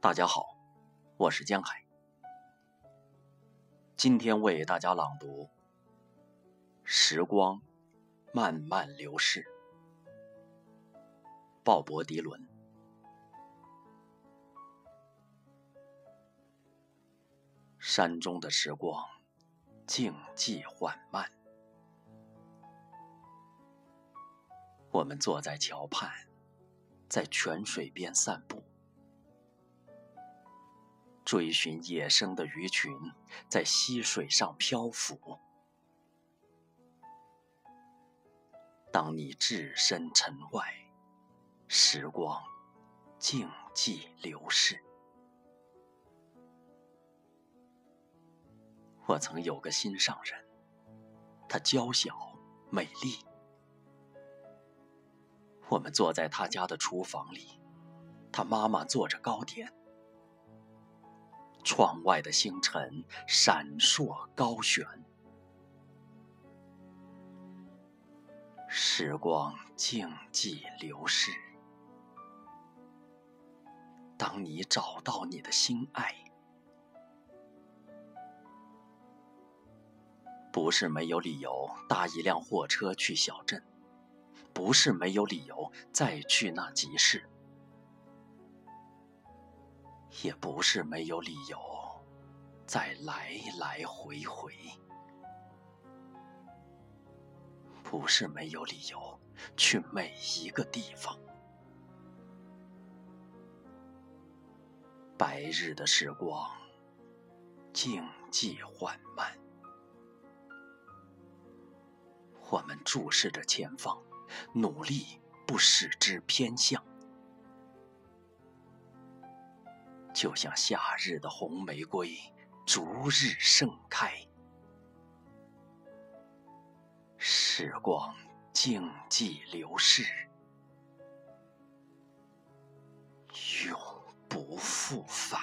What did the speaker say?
大家好，我是江海。今天为大家朗读《时光慢慢流逝》，鲍勃·迪伦。山中的时光静寂缓慢，我们坐在桥畔，在泉水边散步，追寻野生的鱼群在溪水上漂浮。当你置身尘外，时光静寂流逝。我曾有个心上人，她娇小美丽。我们坐在她家的厨房里，她妈妈做着糕点。窗外的星辰闪烁高悬，时光静寂流逝。当你找到你的心爱，不是没有理由搭一辆货车去小镇，不是没有理由再去那集市，也不是没有理由再来来回回，不是没有理由去每一个地方。白日的时光静寂缓慢，我们注视着前方，努力不使之偏向，就像夏日的红玫瑰逐日盛开。时光静寂流逝，永不复返。